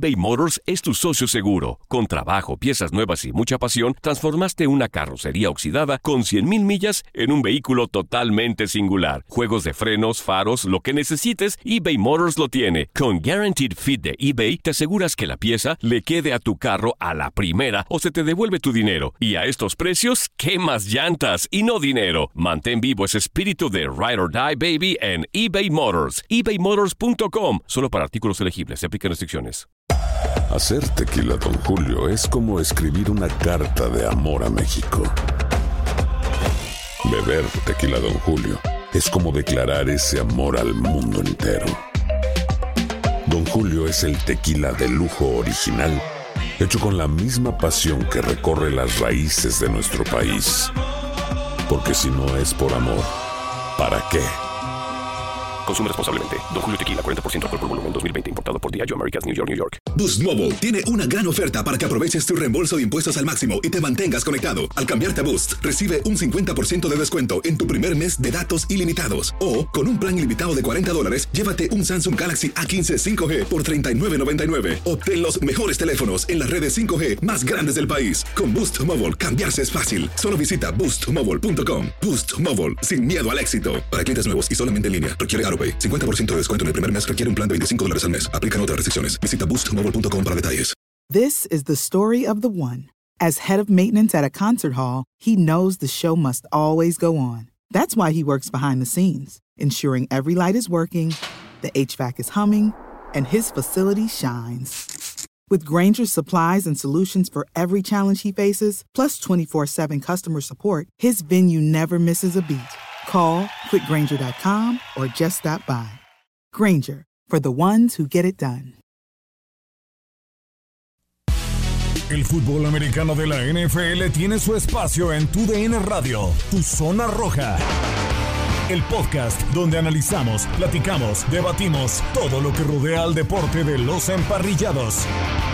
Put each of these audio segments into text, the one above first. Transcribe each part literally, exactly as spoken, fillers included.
eBay Motors es tu socio seguro. Con trabajo, piezas nuevas y mucha pasión, transformaste una carrocería oxidada con cien mil millas en un vehículo totalmente singular. Juegos de frenos, faros, lo que necesites, eBay Motors lo tiene. Con Guaranteed Fit de eBay, te aseguras que la pieza le quede a tu carro a la primera o se te devuelve tu dinero. Y a estos precios, ¿qué más llantas y no dinero? Mantén vivo ese espíritu de Ride or Die, baby, en eBay Motors. ebay motors punto com. Solo para artículos elegibles. Se aplican restricciones. Hacer tequila Don Julio es como escribir una carta de amor a México. Beber tequila Don Julio es como declarar ese amor al mundo entero. Don Julio es el tequila de lujo original, hecho con la misma pasión que recorre las raíces de nuestro país. Porque si no es por amor, ¿para qué? Consume responsablemente. Don Julio Tequila, cuarenta por ciento alcohol por volumen, dos mil veinte. Importado por Diageo Americas, New York, New York. Boost Mobile tiene una gran oferta para que aproveches tu reembolso de impuestos al máximo y te mantengas conectado. Al cambiarte a Boost, recibe un cincuenta por ciento de descuento en tu primer mes de datos ilimitados. O, con un plan ilimitado de cuarenta dólares, llévate un Samsung Galaxy A quince cinco G por treinta y nueve noventa y nueve. Obtén los mejores teléfonos en las redes cinco G más grandes del país. Con Boost Mobile, cambiarse es fácil. Solo visita boost mobile punto com. Boost Mobile, sin miedo al éxito. Para clientes nuevos y solamente en línea, requiere AutoPay. cincuenta por ciento de descuento en el primer mes requiere un plan de veinticinco dólares al mes. Aplican otras restricciones. Visita boost mobile punto com para detalles. This is the story of the one. As head of maintenance at a concert hall, he knows the show must always go on. That's why he works behind the scenes, ensuring every light is working, the H V A C is humming, and his facility shines. With Grainger's supplies and solutions for every challenge he faces, plus twenty-four seven customer support, his venue never misses a beat. Call quick grainger dot com or just stop by. Grainger, for the ones who get it done. El fútbol americano de la N F L tiene su espacio en Tu D N Radio, Tu Zona Roja. El podcast donde analizamos, platicamos, debatimos todo lo que rodea al deporte de los emparrillados.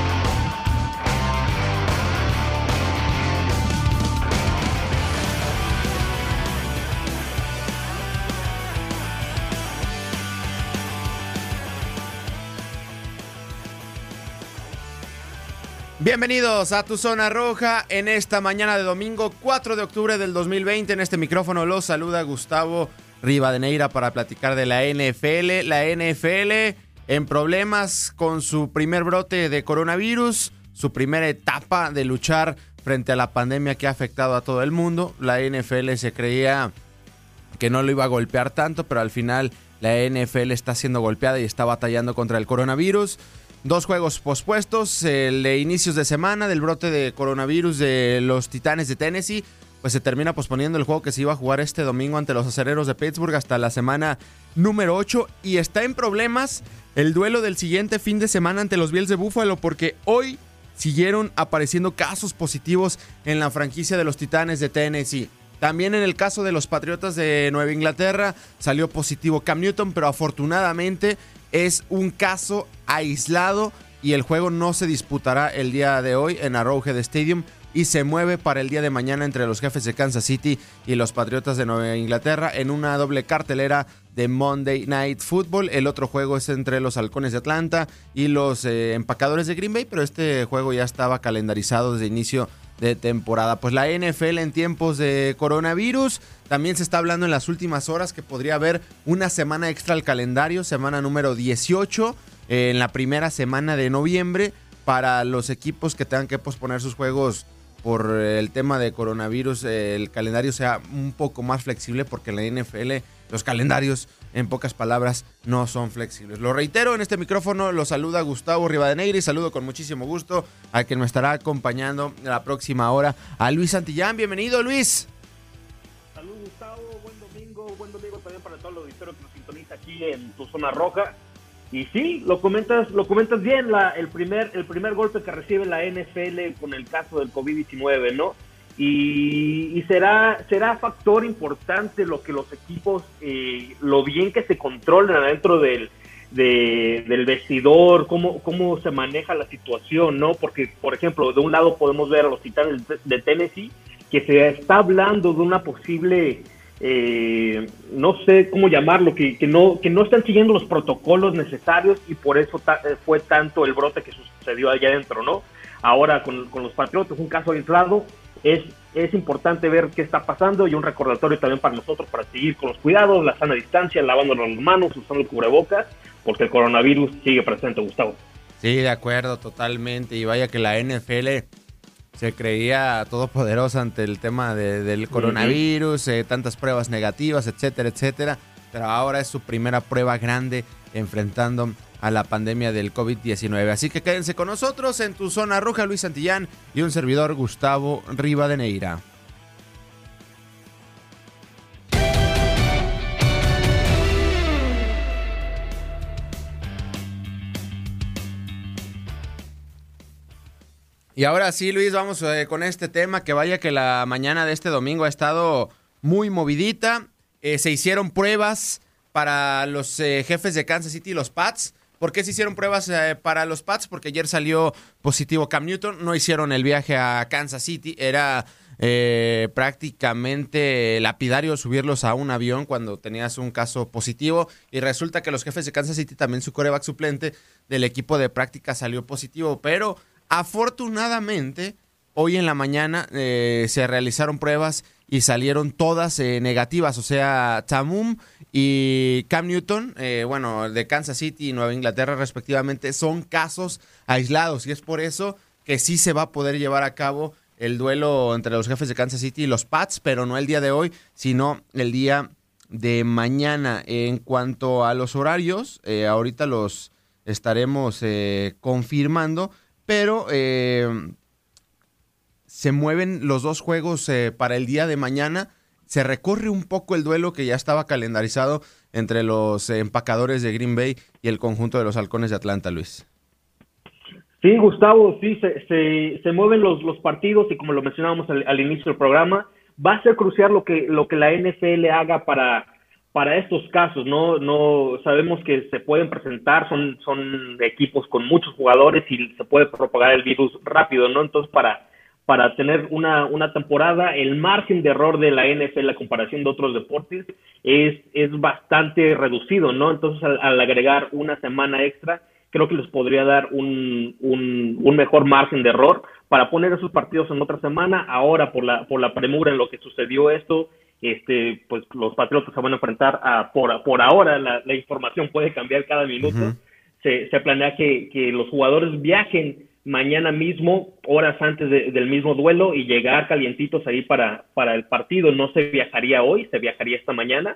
Bienvenidos a Tu Zona Roja en esta mañana de domingo cuatro de octubre del dos mil veinte. En este micrófono los saluda Gustavo Rivadeneira para platicar de la N F L. La N F L en problemas con su primer brote de coronavirus, su primera etapa de luchar frente a la pandemia que ha afectado a todo el mundo. La N F L se creía que no lo iba a golpear tanto, pero al final la N F L está siendo golpeada y está batallando contra el coronavirus. Dos juegos pospuestos, el de inicios de semana del brote de coronavirus de los Titanes de Tennessee, pues se termina posponiendo el juego que se iba a jugar este domingo ante los Acereros de Pittsburgh hasta la semana número ocho, y está en problemas el duelo del siguiente fin de semana ante los Bills de Buffalo, porque hoy siguieron apareciendo casos positivos en la franquicia de los Titanes de Tennessee. También en el caso de los Patriotas de Nueva Inglaterra salió positivo Cam Newton, pero afortunadamente es un caso aislado y el juego no se disputará el día de hoy en Arrowhead Stadium y se mueve para el día de mañana entre los Jefes de Kansas City y los Patriotas de Nueva Inglaterra en una doble cartelera de Monday Night Football. El otro juego es entre los Halcones de Atlanta y los eh, Empacadores de Green Bay, pero este juego ya estaba calendarizado desde inicio de temporada. Pues la N F L en tiempos de coronavirus, también se está hablando en las últimas horas que podría haber una semana extra al calendario, semana número dieciocho, eh, en la primera semana de noviembre, para los equipos que tengan que posponer sus juegos por el tema de coronavirus, eh, el calendario sea un poco más flexible, porque en la N F L los calendarios, en pocas palabras, no son flexibles. Lo reitero, en este micrófono lo saluda Gustavo Rivadeneira y saludo con muchísimo gusto a quien me estará acompañando la próxima hora, a Luis Santillán. Bienvenido, Luis. Saludos, Gustavo, buen domingo, buen domingo también para todo el auditorio que nos sintoniza aquí en Tu Zona Roja. Y sí, lo comentas, lo comentas bien, la, el primer, el primer golpe que recibe la N F L con el caso del covid diecinueve, ¿no? Y, y será, será factor importante lo que los equipos, eh, lo bien que se controlan adentro del, de, del vestidor, cómo, cómo se maneja la situación, ¿no? Porque, por ejemplo, de un lado podemos ver a los Titanes de Tennessee, que se está hablando de una posible eh, no sé cómo llamarlo, que, que, no, que no están siguiendo los protocolos necesarios y por eso ta, fue tanto el brote que sucedió allá adentro, ¿no? Ahora con, con los Patriotas, un caso aislado, es, es importante ver qué está pasando y un recordatorio también para nosotros para seguir con los cuidados, la sana distancia, lavándonos las manos, usando el cubrebocas, porque el coronavirus sigue presente, Gustavo. Sí, de acuerdo, totalmente. Y vaya que la N F L se creía todopoderosa ante el tema de, del coronavirus, eh, tantas pruebas negativas, etcétera, etcétera. Pero ahora es su primera prueba grande enfrentando a la pandemia del covid diecinueve. Así que quédense con nosotros en Tu Zona Roja, Luis Santillán y un servidor, Gustavo Rivadeneira. Y ahora sí, Luis, vamos eh, con este tema, que vaya que la mañana de este domingo ha estado muy movidita. Eh, se hicieron pruebas para los eh, jefes de Kansas City y los Pats. ¿Por qué se hicieron pruebas eh, para los Pats? Porque ayer salió positivo Cam Newton, no hicieron el viaje a Kansas City, era eh, prácticamente lapidario subirlos a un avión cuando tenías un caso positivo, y resulta que los jefes de Kansas City, también su quarterback suplente del equipo de práctica salió positivo, pero afortunadamente hoy en la mañana eh, se realizaron pruebas y salieron todas eh, negativas, o sea, Tamum y Cam Newton, eh, bueno, de Kansas City y Nueva Inglaterra respectivamente, son casos aislados, y es por eso que sí se va a poder llevar a cabo el duelo entre los jefes de Kansas City y los Pats, pero no el día de hoy, sino el día de mañana. En cuanto a los horarios, eh, ahorita los estaremos eh, confirmando, pero eh, se mueven los dos juegos eh, para el día de mañana. Se recorre un poco el duelo que ya estaba calendarizado entre los eh, empacadores de Green Bay y el conjunto de los Halcones de Atlanta, Luis. Sí, Gustavo, sí, se, se, se mueven los, los partidos y como lo mencionábamos al, al inicio del programa, va a ser crucial lo que, lo que la N F L haga para, para estos casos, ¿no? No sabemos que se pueden presentar, son, son equipos con muchos jugadores y se puede propagar el virus rápido, ¿no? Entonces, para para tener una, una temporada, el margen de error de la N F L a comparación de otros deportes es, es bastante reducido, ¿no? Entonces, al, al agregar una semana extra, creo que les podría dar un, un, un mejor margen de error para poner esos partidos en otra semana. Ahora, por la, por la premura en lo que sucedió esto, este, pues los Patriotas se van a enfrentar a, por, por ahora, la, la información puede cambiar cada minuto. Uh-huh. Se, se planea que, que los jugadores viajen mañana mismo, horas antes de, del mismo duelo, y llegar calientitos ahí para, para el partido. No se viajaría hoy, se viajaría esta mañana,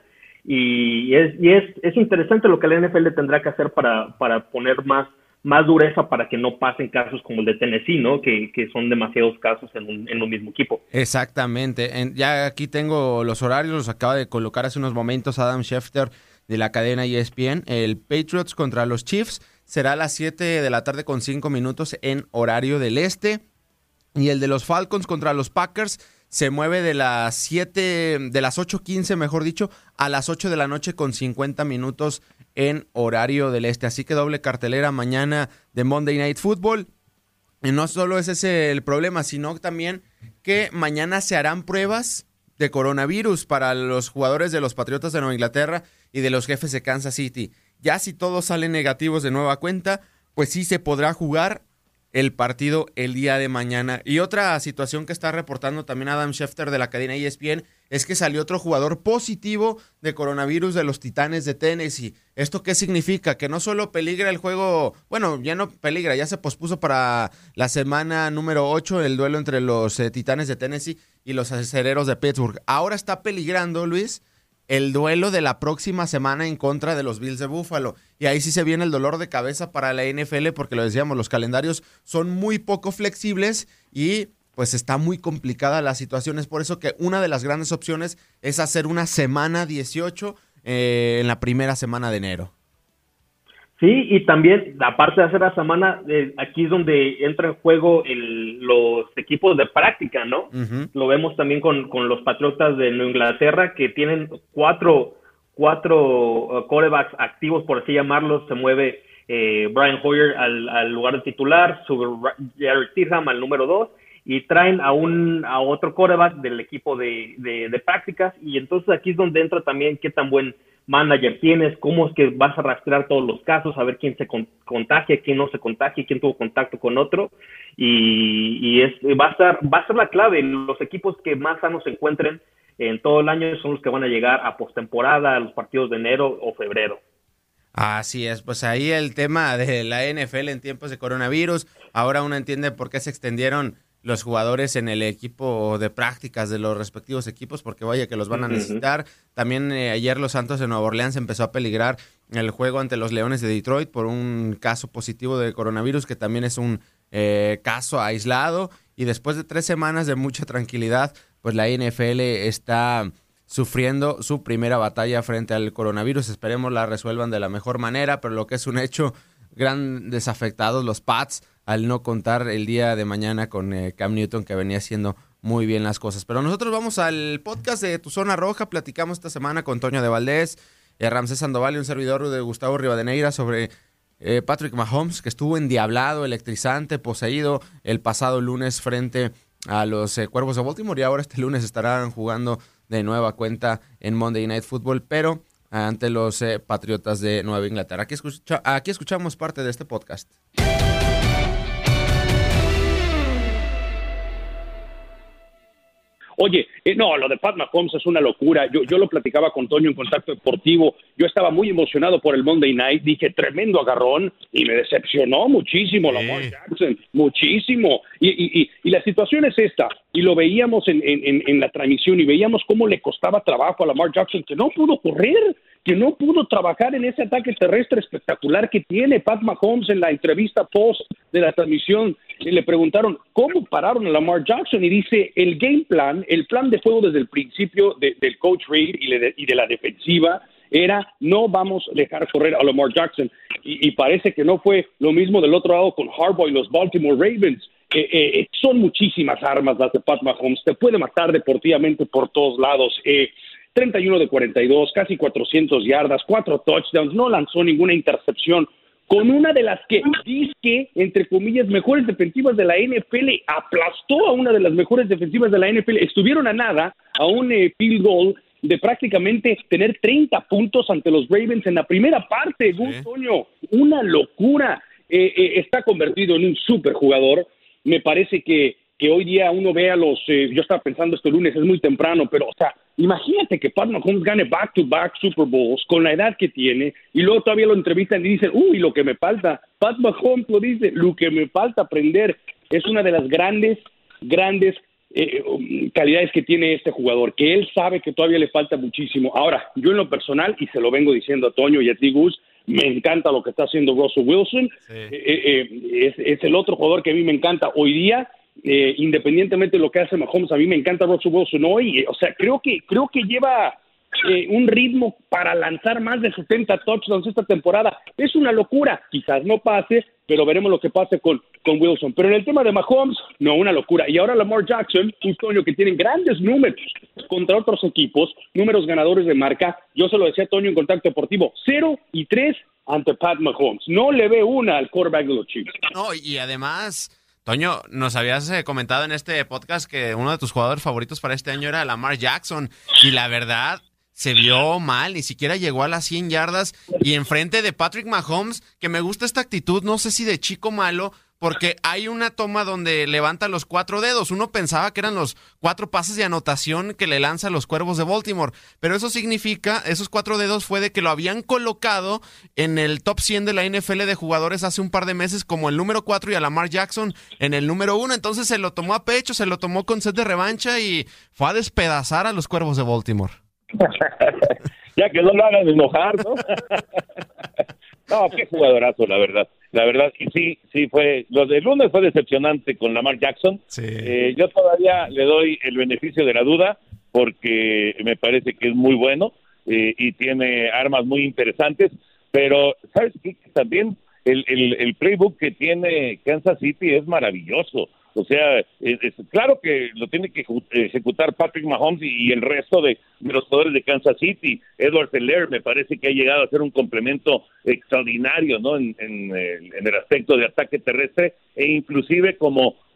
y es, y es, es interesante lo que la N F L tendrá que hacer para, para poner más, más dureza para que no pasen casos como el de Tennessee, ¿no? Que, que son demasiados casos en un, en un mismo equipo. Exactamente. En, ya aquí tengo los horarios, los acaba de colocar hace unos momentos Adam Schefter de la cadena E S P N. El Patriots contra los Chiefs será a las siete de la tarde con cinco minutos en horario del este. Y el de los Falcons contra los Packers se mueve de las siete, de las ocho quince, mejor dicho, a las ocho de la noche con cincuenta minutos en horario del este. Así que doble cartelera mañana de Monday Night Football. Y no solo es ese el problema, sino también que mañana se harán pruebas de coronavirus para los jugadores de los Patriotas de Nueva Inglaterra y de los Jefes de Kansas City. Ya si todos salen negativos de nueva cuenta, pues sí se podrá jugar el partido el día de mañana. Y otra situación que está reportando también Adam Schefter de la cadena E S P N es que salió otro jugador positivo de coronavirus de los Titanes de Tennessee. ¿Esto qué significa? Que no solo peligra el juego, bueno, ya no peligra, ya se pospuso para la semana número ocho el duelo entre los eh, Titanes de Tennessee y los Acereros de Pittsburgh. Ahora está peligrando, Luis, el duelo de la próxima semana en contra de los Bills de Buffalo. Y ahí sí se viene el dolor de cabeza para la N F L porque lo decíamos, los calendarios son muy poco flexibles y pues está muy complicada la situación. Es por eso que una de las grandes opciones es hacer una semana dieciocho eh, en la primera semana de enero. Sí, y también, aparte de hacer la semana, eh, aquí es donde entra en juego el, los equipos de práctica, ¿no? Uh-huh. Lo vemos también con, con los Patriotas de Nueva Inglaterra, que tienen cuatro, cuatro uh, quarterbacks activos, por así llamarlos. Se mueve eh, Brian Hoyer al, al lugar de titular, sube Jared Stidham al número dos, y traen a un a otro quarterback del equipo de, de, de prácticas, y entonces aquí es donde entra también qué tan buen manager tienes, cómo es que vas a rastrear todos los casos, a ver quién se con, contagia, quién no se contagia, quién tuvo contacto con otro, y, y es, va a ser, va a ser la clave. Los equipos que más sanos se encuentren en todo el año son los que van a llegar a postemporada, a los partidos de enero o febrero. Así es, pues ahí el tema de la N F L en tiempos de coronavirus. Ahora uno entiende por qué se extendieron los jugadores en el equipo de prácticas de los respectivos equipos, porque vaya que los van a necesitar. Uh-huh. También eh, ayer los Santos de Nueva Orleans empezó a peligrar el juego ante los Leones de Detroit por un caso positivo de coronavirus, que también es un eh, caso aislado. Y después de tres semanas de mucha tranquilidad, pues la N F L está sufriendo su primera batalla frente al coronavirus. Esperemos la resuelvan de la mejor manera, pero lo que es un hecho, grandes afectados los Pats al no contar el día de mañana con eh, Cam Newton, que venía haciendo muy bien las cosas. Pero nosotros vamos al podcast de Tu Zona Roja. Platicamos esta semana con Toño de Valdés, eh, Ramsés Sandoval y un servidor de Gustavo Rivadeneira sobre eh, Patrick Mahomes, que estuvo endiablado, electrizante, poseído el pasado lunes frente a los eh, Cuervos de Baltimore, y ahora este lunes estarán jugando de nueva cuenta en Monday Night Football, pero ante los eh, Patriotas de Nueva Inglaterra. Aquí, escucha, aquí escuchamos parte de este podcast. Oye, eh, no, lo de Pat Mahomes es una locura. Yo, yo lo platicaba con Toño en Contacto Deportivo. Yo estaba muy emocionado por el Monday Night. Dije, tremendo agarrón. Y me decepcionó muchísimo sí. Lamar Jackson. Muchísimo. Y, y, y, y la situación es esta. Y lo veíamos en, en, en la transmisión y veíamos cómo le costaba trabajo a Lamar Jackson, que no pudo correr, que no pudo trabajar en ese ataque terrestre espectacular que tiene Pat Mahomes. En la entrevista post de la transmisión y le preguntaron cómo pararon a Lamar Jackson y dice, el game plan, el plan de juego desde el principio de, del coach Reid y, de, y de la defensiva era no vamos a dejar correr a Lamar Jackson, y, y parece que no fue lo mismo del otro lado con Harbaugh y los Baltimore Ravens. Eh, eh, son muchísimas armas las de Pat Mahomes, te puede matar deportivamente por todos lados. eh, treinta y uno de cuarenta y dos, casi cuatrocientas yardas, cuatro touchdowns, no lanzó ninguna intercepción, con una de las que dice, entre comillas, mejores defensivas de la N F L, aplastó a una de las mejores defensivas de la N F L, estuvieron a nada, a un eh, field goal de prácticamente tener treinta puntos ante los Ravens en la primera parte. Sí. Toño, una locura. Eh, eh, está convertido en un superjugador. Me parece que, que hoy día uno ve a los, eh, yo estaba pensando este lunes, es muy temprano, pero, o sea, imagínate que Pat Mahomes gane back-to-back Super Bowls con la edad que tiene, y luego todavía lo entrevistan y dicen, uy, lo que me falta. Pat Mahomes lo dice, lo que me falta aprender. Es una de las grandes, grandes eh, calidades que tiene este jugador, que él sabe que todavía le falta muchísimo. Ahora, yo en lo personal, y se lo vengo diciendo a Toño y a ti, Gus, me encanta lo que está haciendo Russell Wilson. Sí. Eh, eh, es, es el otro jugador que a mí me encanta hoy día. Eh, independientemente de lo que hace Mahomes, a mí me encanta Russell Wilson hoy. Eh, o sea, creo que creo que lleva eh, un ritmo para lanzar más de setenta touchdowns esta temporada. Es una locura. Quizás no pase, pero veremos lo que pase con, con Wilson. Pero en el tema de Mahomes, no, una locura. Y ahora Lamar Jackson, un Toño que tiene grandes números contra otros equipos, números ganadores de marca. Yo se lo decía a Toño en Contacto Deportivo, cero y tres ante Pat Mahomes. No le ve una al quarterback de los Chiefs. No, y además, Toño, nos habías eh, comentado en este podcast que uno de tus jugadores favoritos para este año era Lamar Jackson, y la verdad se vio mal, ni siquiera llegó a las cien yardas, y enfrente de Patrick Mahomes, que me gusta esta actitud, no sé si de chico malo, porque hay una toma donde levanta los cuatro dedos. Uno pensaba que eran los cuatro pases de anotación que le lanza a los Cuervos de Baltimore, pero eso significa, esos cuatro dedos fue de que lo habían colocado en el top cien de la N F L de jugadores hace un par de meses como el número cuatro y a Lamar Jackson en el número uno. Entonces se lo tomó a pecho, se lo tomó con sed de revancha y fue a despedazar a los Cuervos de Baltimore. Ya que no lo hagan enojar, ¿no? No, qué jugadorazo, la verdad. La verdad que sí, sí fue. Lo del lunes fue decepcionante con Lamar Jackson. Sí. Eh, yo todavía le doy el beneficio de la duda porque me parece que es muy bueno eh, y tiene armas muy interesantes. Pero, ¿sabes qué? También el, el, el playbook que tiene Kansas City es maravilloso. O sea, es, es claro que lo tiene que ejecutar Patrick Mahomes y, y el resto de, de los jugadores de Kansas City. Edward Helaire me parece que ha llegado a ser un complemento extraordinario, ¿no? En, en, en el aspecto de ataque terrestre e inclusive como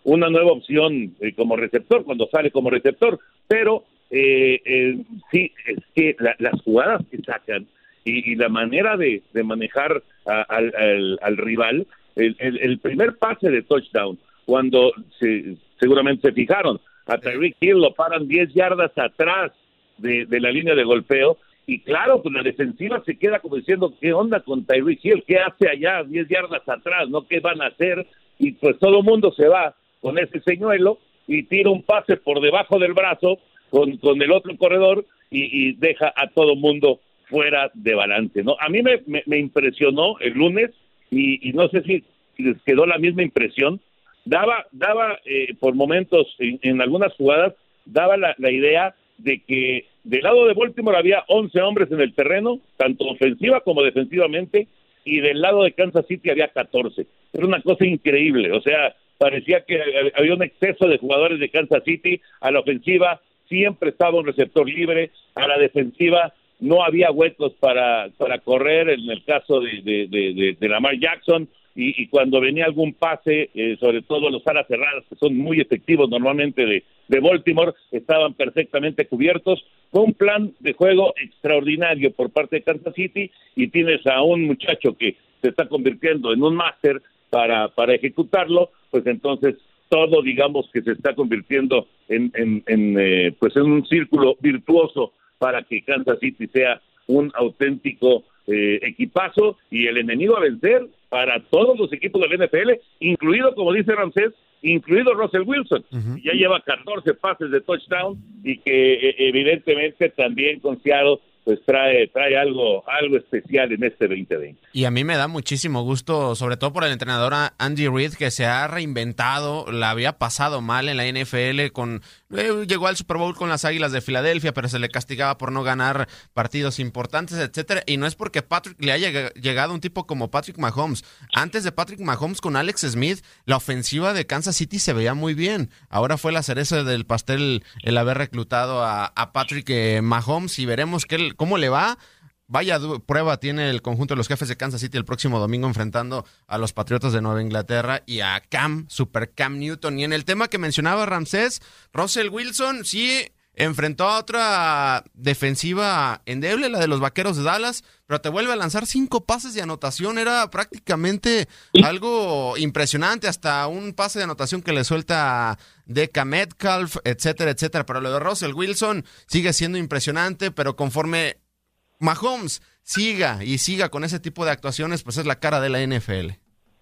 una nueva opción eh, como receptor, cuando sale como receptor, pero eh, eh, sí, es que la, las jugadas que sacan y, y la manera de, de manejar a, al, al, al rival, el, el, el primer pase de touchdown, cuando se, seguramente se fijaron, a Tyreek Hill lo paran diez yardas atrás de, de la línea de golpeo, y claro, pues la defensiva se queda como diciendo, ¿qué onda con Tyreek Hill? ¿Qué hace allá diez yardas atrás? ¿No? ¿Qué van a hacer? Y pues todo el mundo se va con ese señuelo y tira un pase por debajo del brazo con, con el otro corredor y, y deja a todo el mundo fuera de balance, ¿no? A mí me, me, me impresionó el lunes y, y no sé si les quedó la misma impresión. Daba, daba eh, por momentos en, en algunas jugadas, daba la, la idea de que del lado de Baltimore había once hombres en el terreno, tanto ofensiva como defensivamente, y del lado de Kansas City había catorce. Era una cosa increíble, o sea, parecía que había un exceso de jugadores de Kansas City. A la ofensiva siempre estaba un receptor libre, a la defensiva no había huecos para, para correr, en el caso de, de, de, de, de Lamar Jackson, y, y cuando venía algún pase, eh, sobre todo los alas cerradas, que son muy efectivos normalmente de, de Baltimore, estaban perfectamente cubiertos. Fue un plan de juego extraordinario por parte de Kansas City, y tienes a un muchacho que se está convirtiendo en un máster para, para ejecutarlo, pues entonces todo, digamos, que se está convirtiendo en, en, en eh, pues en un círculo virtuoso para que Kansas City sea un auténtico eh, equipazo y el enemigo a vencer para todos los equipos de la N F L, incluido, como dice Ramsés, incluido Russell Wilson. Uh-huh. Ya lleva catorce pases de touchdown y que eh, evidentemente también con Seattle pues trae trae algo algo especial en este veinte veinte. Y a mí me da muchísimo gusto, sobre todo por el entrenador Andy Reid, que se ha reinventado. La había pasado mal en la N F L, con eh, llegó al Super Bowl con las Águilas de Filadelfia, pero se le castigaba por no ganar partidos importantes, etcétera. Y no es porque Patrick le haya llegado un tipo como Patrick Mahomes. Antes de Patrick Mahomes, con Alex Smith, la ofensiva de Kansas City se veía muy bien. Ahora fue la cereza del pastel el haber reclutado a, a Patrick eh, Mahomes, y veremos qué, cómo le va. Vaya prueba tiene el conjunto de los Jefes de Kansas City el próximo domingo, enfrentando a los Patriotas de Nueva Inglaterra y a Cam, Super Cam Newton. Y en el tema que mencionaba Ramsés, Russell Wilson sí enfrentó a otra defensiva endeble, la de los Vaqueros de Dallas, pero te vuelve a lanzar cinco pases de anotación. Era prácticamente algo impresionante, hasta un pase de anotación que le suelta D K Metcalf, etcétera, etcétera. Pero lo de Russell Wilson sigue siendo impresionante, pero conforme Mahomes siga y siga con ese tipo de actuaciones, pues es la cara de la N F L.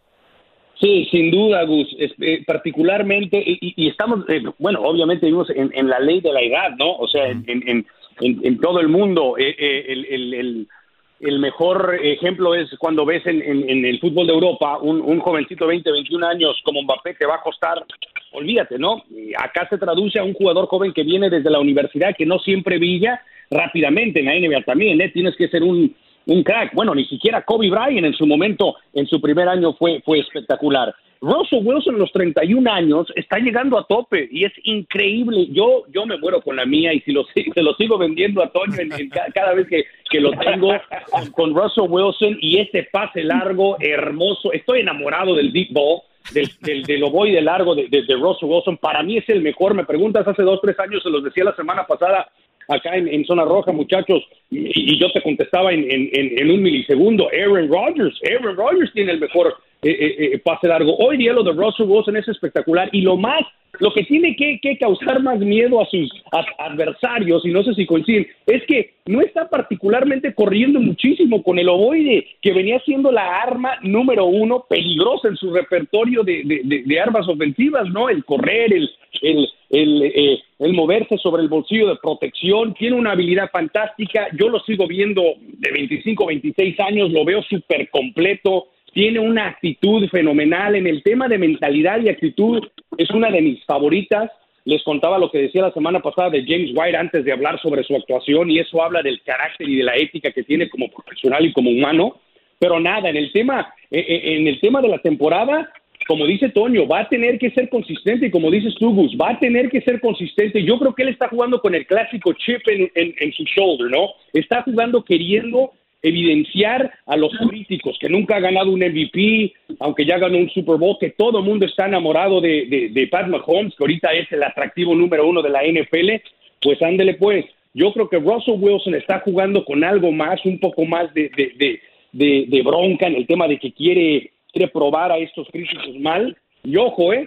Sí, sin duda, Gus, es, eh, particularmente, y, y estamos, eh, bueno, obviamente vivimos en, en la ley de la edad, ¿no? O sea, en, en, en, en todo el mundo, eh, eh, el, el, el, el mejor ejemplo es cuando ves en, en, en el fútbol de Europa un, un jovencito de veinte, veintiún años como Mbappé, te va a costar, olvídate, ¿no? Acá se traduce a un jugador joven que viene desde la universidad, que no siempre brilla rápidamente. En la N B A también, ¿eh? Tienes que ser un, un crack. Bueno, ni siquiera Kobe Bryant en su momento, en su primer año fue, fue espectacular. Russell Wilson a los treinta y un años está llegando a tope y es increíble. Yo yo me muero con la mía y si lo, se lo sigo vendiendo a Toño en, en cada, cada vez que, que lo tengo con, con Russell Wilson y ese pase largo, hermoso. Estoy enamorado del deep ball, del, del, del ovoide largo de, de, de Russell Wilson. Para mí es el mejor. Me preguntas hace dos, tres años, se los decía la semana pasada acá en, en Zona Roja, muchachos, y, y yo te contestaba en, en, en un milisegundo. Aaron Rodgers, Aaron Rodgers tiene el mejor eh, eh, pase largo. Hoy día lo de Russell Wilson es espectacular, y lo más, lo que tiene que, que causar más miedo a sus a, adversarios, y no sé si coinciden, es que no está particularmente corriendo muchísimo con el ovoide, que venía siendo la arma número uno peligrosa en su repertorio de, de, de, de armas ofensivas, ¿no? El correr, el el el, eh, el moverse sobre el bolsillo de protección. Tiene una habilidad fantástica. Yo lo sigo viendo de veinticinco, veintiséis años, lo veo súper completo. Tiene una actitud fenomenal. En el tema de mentalidad y actitud es una de mis favoritas. Les contaba lo que decía la semana pasada de James White antes de hablar sobre su actuación, y eso habla del carácter y de la ética que tiene como profesional y como humano. Pero nada, en el tema, en el tema de la temporada, como dice Toño, va a tener que ser consistente, y como dices tú, Gus, va a tener que ser consistente. Yo creo que él está jugando con el clásico chip en, en, en su shoulder, ¿no? Está jugando queriendo evidenciar a los críticos que nunca ha ganado un M V P, aunque ya ganó un Super Bowl, que todo el mundo está enamorado de, de, de Pat Mahomes, que ahorita es el atractivo número uno de la N F L, pues ándele pues. Yo creo que Russell Wilson está jugando con algo más, un poco más de, de, de, de, de bronca en el tema de que quiere, quiere probar a estos críticos mal. Y ojo, eh,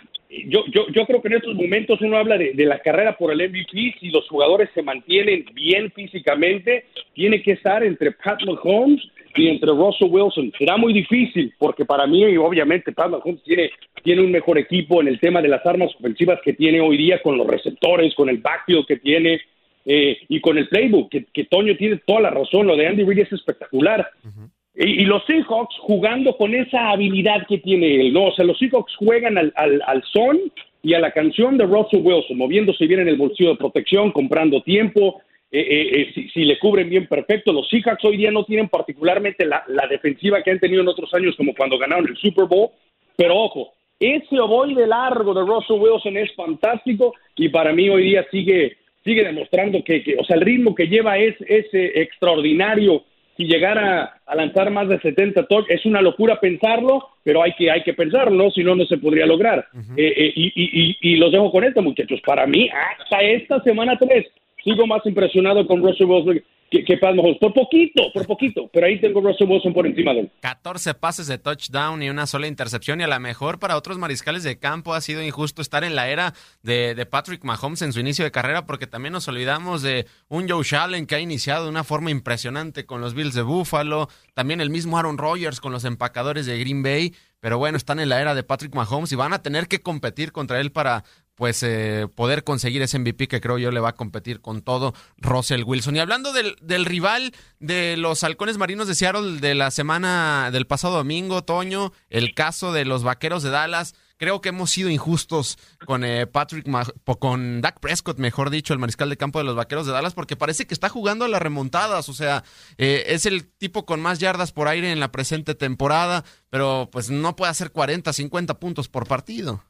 yo, yo, yo creo que en estos momentos uno habla de, de la carrera por el M V P, si los jugadores se mantienen bien físicamente, tiene que estar entre Pat Mahomes y entre Russell Wilson. Será muy difícil, porque para mí, obviamente, Pat Mahomes tiene, tiene un mejor equipo en el tema de las armas ofensivas que tiene hoy día, con los receptores, con el backfield que tiene, eh, y con el playbook, que, que Toño tiene toda la razón, lo de Andy Reid es espectacular. Uh-huh. Y, y los Seahawks jugando con esa habilidad que tiene él, ¿no? O sea, los Seahawks juegan al, al, al son y a la canción de Russell Wilson, moviéndose bien en el bolsillo de protección, comprando tiempo, eh, eh, eh, si, si le cubren bien, perfecto. Los Seahawks hoy día no tienen particularmente la, la defensiva que han tenido en otros años, como cuando ganaron el Super Bowl, pero ojo, ese ovoide largo de Russell Wilson es fantástico y para mí hoy día sigue... sigue demostrando que, que, o sea, el ritmo que lleva es, es eh, extraordinario. Si llegara a lanzar más de setenta touchdowns, es una locura pensarlo, pero hay que, hay que pensarlo, si no, no se podría lograr. Uh-huh. eh, eh, y, y, y, y los dejo con esto, muchachos. Para mí, hasta esta semana tres, sigo más impresionado con Russell Wilson que, que Pat Mahomes. Por poquito, por poquito, pero ahí tengo Russell Wilson por encima de él. catorce pases de touchdown y una sola intercepción, y a lo mejor para otros mariscales de campo ha sido injusto estar en la era de, de Patrick Mahomes en su inicio de carrera, porque también nos olvidamos de un Josh Allen que ha iniciado de una forma impresionante con los Bills de Buffalo, también el mismo Aaron Rodgers con los empacadores de Green Bay, pero bueno, están en la era de Patrick Mahomes y van a tener que competir contra él para pues eh, poder conseguir ese M V P que creo yo le va a competir con todo Russell Wilson. Y hablando del, del rival de los Halcones Marinos de Seattle de la semana del pasado domingo, Toño, el caso de los Vaqueros de Dallas, creo que hemos sido injustos con eh, Patrick, Ma- con Dak Prescott, mejor dicho, el mariscal de campo de los Vaqueros de Dallas, porque parece que está jugando a las remontadas, o sea, eh, es el tipo con más yardas por aire en la presente temporada, pero pues no puede hacer cuarenta, cincuenta puntos por partido.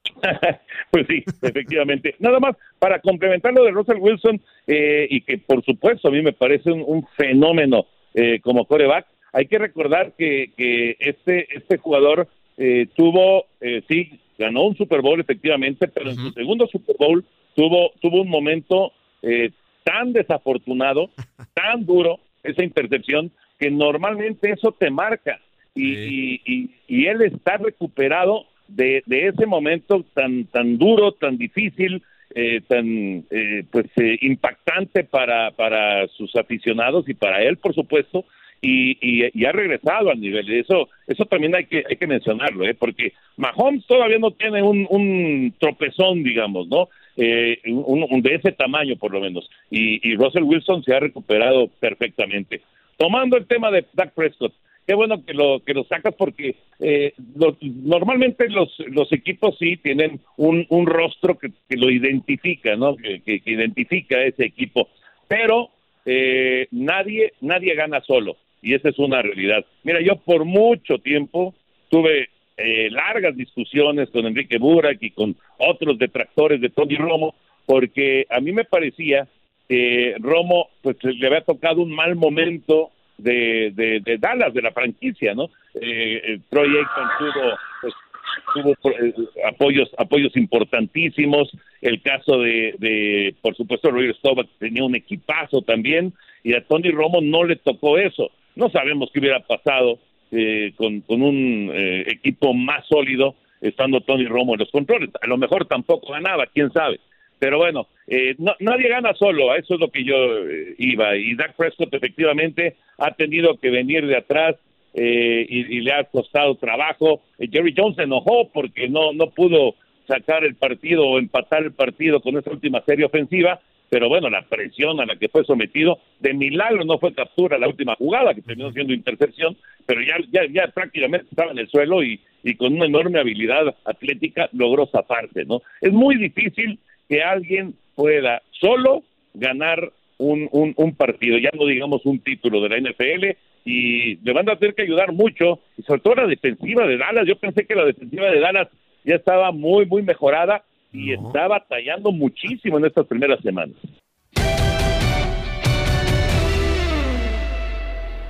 Pues sí, efectivamente. Nada más para complementar lo de Russell Wilson, eh, y que por supuesto a mí me parece un, un fenómeno eh, como quarterback. Hay que recordar que, que este, este jugador eh, tuvo, eh, sí, ganó un Super Bowl efectivamente, pero uh-huh. en su segundo Super Bowl tuvo, tuvo un momento eh, tan desafortunado, tan duro, esa intercepción, que normalmente eso te marca. Y, sí. y, y, y él está recuperado De, de ese momento tan tan duro, tan difícil, eh, tan eh, pues eh, impactante para para sus aficionados y para él, por supuesto, y, y, y ha regresado al nivel. Eso eso también hay que hay que mencionarlo, eh, porque Mahomes todavía no tiene un, un tropezón, digamos, ¿no? Eh, un, un de ese tamaño por lo menos, y, y Russell Wilson se ha recuperado perfectamente. Tomando el tema de Dak Prescott, qué bueno que lo que lo sacas porque eh, lo, normalmente los los equipos sí tienen un, un rostro que, que lo identifica, ¿no? Que, que, que identifica a ese equipo, pero eh, nadie nadie gana solo y esa es una realidad. Mira, yo por mucho tiempo tuve eh, largas discusiones con Enrique Burak y con otros detractores de Tony Romo porque a mí me parecía que Romo pues le había tocado un mal momento De, de, de Dallas, de la franquicia, ¿no? Eh, Troy Aikman tuvo, pues, tuvo eh, apoyos apoyos importantísimos, el caso de, de por supuesto, Roger Staubach tenía un equipazo también, y a Tony Romo no le tocó eso. No sabemos qué hubiera pasado eh, con, con un eh, equipo más sólido, estando Tony Romo en los controles. A lo mejor tampoco ganaba, quién sabe. Pero bueno, eh, no, nadie gana solo, a eso es lo que yo eh, iba. Y Dak Prescott efectivamente ha tenido que venir de atrás eh, y, y le ha costado trabajo. Eh, Jerry Jones se enojó porque no, no pudo sacar el partido o empatar el partido con esa última serie ofensiva, pero bueno, la presión a la que fue sometido, de milagro no fue captura la última jugada, que terminó siendo intercepción, pero ya, ya, ya prácticamente estaba en el suelo y, y con una enorme habilidad atlética logró zafarse, ¿no? Es muy difícil que alguien pueda solo ganar un, un, un partido, ya no digamos un título de la N F L, y le van a tener que ayudar mucho, y sobre todo la defensiva de Dallas. Yo pensé que la defensiva de Dallas ya estaba muy, muy mejorada, y no. está batallando muchísimo en estas primeras semanas.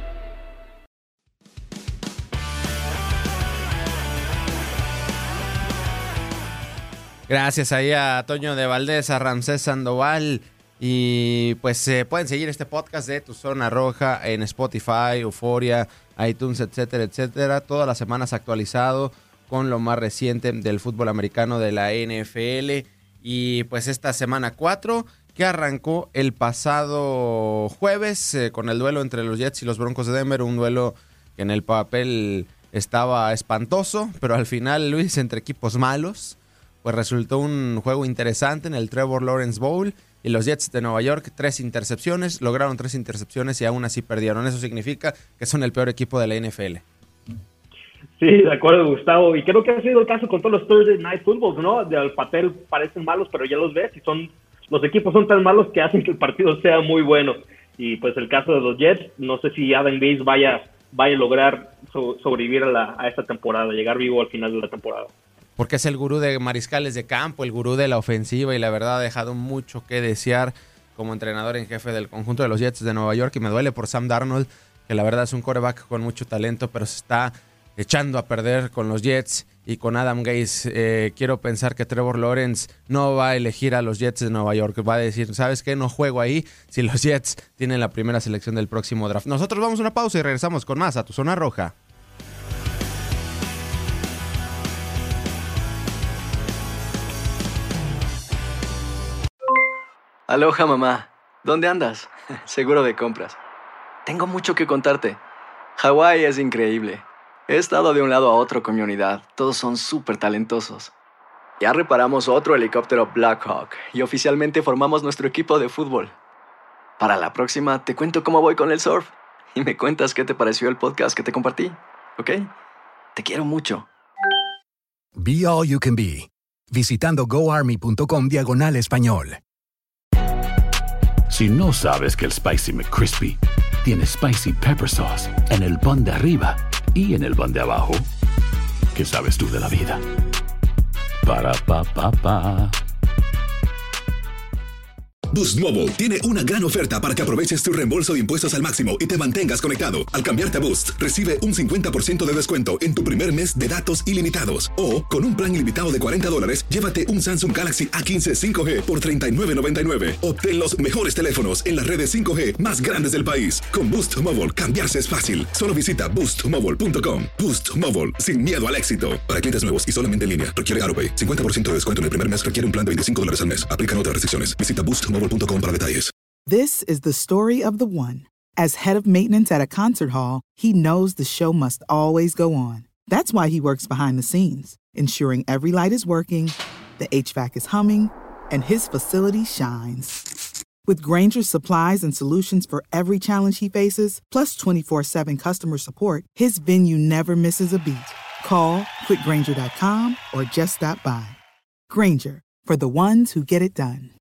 Gracias ahí a Toño de Valdés, a Ramsés Sandoval. Y pues eh, pueden seguir este podcast de Tu Zona Roja en Spotify, Euforia, iTunes, etcétera, etcétera. Todas las semanas actualizado con lo más reciente del fútbol americano de la N F L. Y pues esta semana cuatro que arrancó el pasado jueves eh, con el duelo entre los Jets y los Broncos de Denver. Un duelo que en el papel estaba espantoso, pero al final, Luis, entre equipos malos, pues resultó un juego interesante en el Trevor Lawrence Bowl. Y los Jets de Nueva York, tres intercepciones, lograron tres intercepciones y aún así perdieron. Eso significa que son el peor equipo de la N F L. Sí, de acuerdo, Gustavo. Y creo que ha sido el caso con todos los Thursday Night Footballs, ¿no? Del papel parecen malos, pero ya los ves y son los equipos son tan malos que hacen que el partido sea muy bueno. Y pues el caso de los Jets, no sé si Adam Gase vaya, vaya a lograr so- sobrevivir a, la, a esta temporada, llegar vivo al final de la temporada. Porque es el gurú de mariscales de campo, el gurú de la ofensiva y la verdad ha dejado mucho que desear como entrenador en jefe del conjunto de los Jets de Nueva York. Y me duele por Sam Darnold, que la verdad es un quarterback con mucho talento, pero se está echando a perder con los Jets y con Adam Gase. Eh, quiero pensar que Trevor Lawrence no va a elegir a los Jets de Nueva York. Va a decir, ¿sabes qué? No juego ahí si los Jets tienen la primera selección del próximo draft. Nosotros vamos a una pausa y regresamos con más a Tu Zona Roja. Aloha, mamá. ¿Dónde andas? Seguro de compras. Tengo mucho que contarte. Hawái es increíble. He estado de un lado a otro con mi unidad. Todos son súper talentosos. Ya reparamos otro helicóptero Blackhawk y oficialmente formamos nuestro equipo de fútbol. Para la próxima te cuento cómo voy con el surf y me cuentas qué te pareció el podcast que te compartí, ¿ok? Te quiero mucho. Be All You Can Be. Visitando goarmy.com diagonal español. Si no sabes que el Spicy McCrispy tiene Spicy Pepper Sauce en el pan de arriba y en el pan de abajo, ¿qué sabes tú de la vida? Para, pa, pa, pa. Boost Mobile tiene una gran oferta para que aproveches tu reembolso de impuestos al máximo y te mantengas conectado. Al cambiarte a Boost, recibe un cincuenta por ciento de descuento en tu primer mes de datos ilimitados. O, con un plan ilimitado de cuarenta dólares, llévate un Samsung Galaxy A quince cinco G por treinta y nueve noventa y nueve. Obtén los mejores teléfonos en las redes cinco G más grandes del país. Con Boost Mobile, cambiarse es fácil. Solo visita boost mobile punto com. Boost Mobile, sin miedo al éxito. Para clientes nuevos y solamente en línea, requiere AutoPay. cincuenta por ciento de descuento en el primer mes requiere un plan de veinticinco dólares al mes. Aplican otras restricciones. Visita boost mobile punto com para detalles. This is the story of the one. As head of maintenance at a concert hall, he knows the show must always go on. That's why he works behind the scenes, ensuring every light is working, the H V A C is humming, and his facility shines. With Grainger's supplies and solutions for every challenge he faces, plus twenty-four seven customer support, his venue never misses a beat. Call quick grainger dot com or just stop by. Grainger, for the ones who get it done.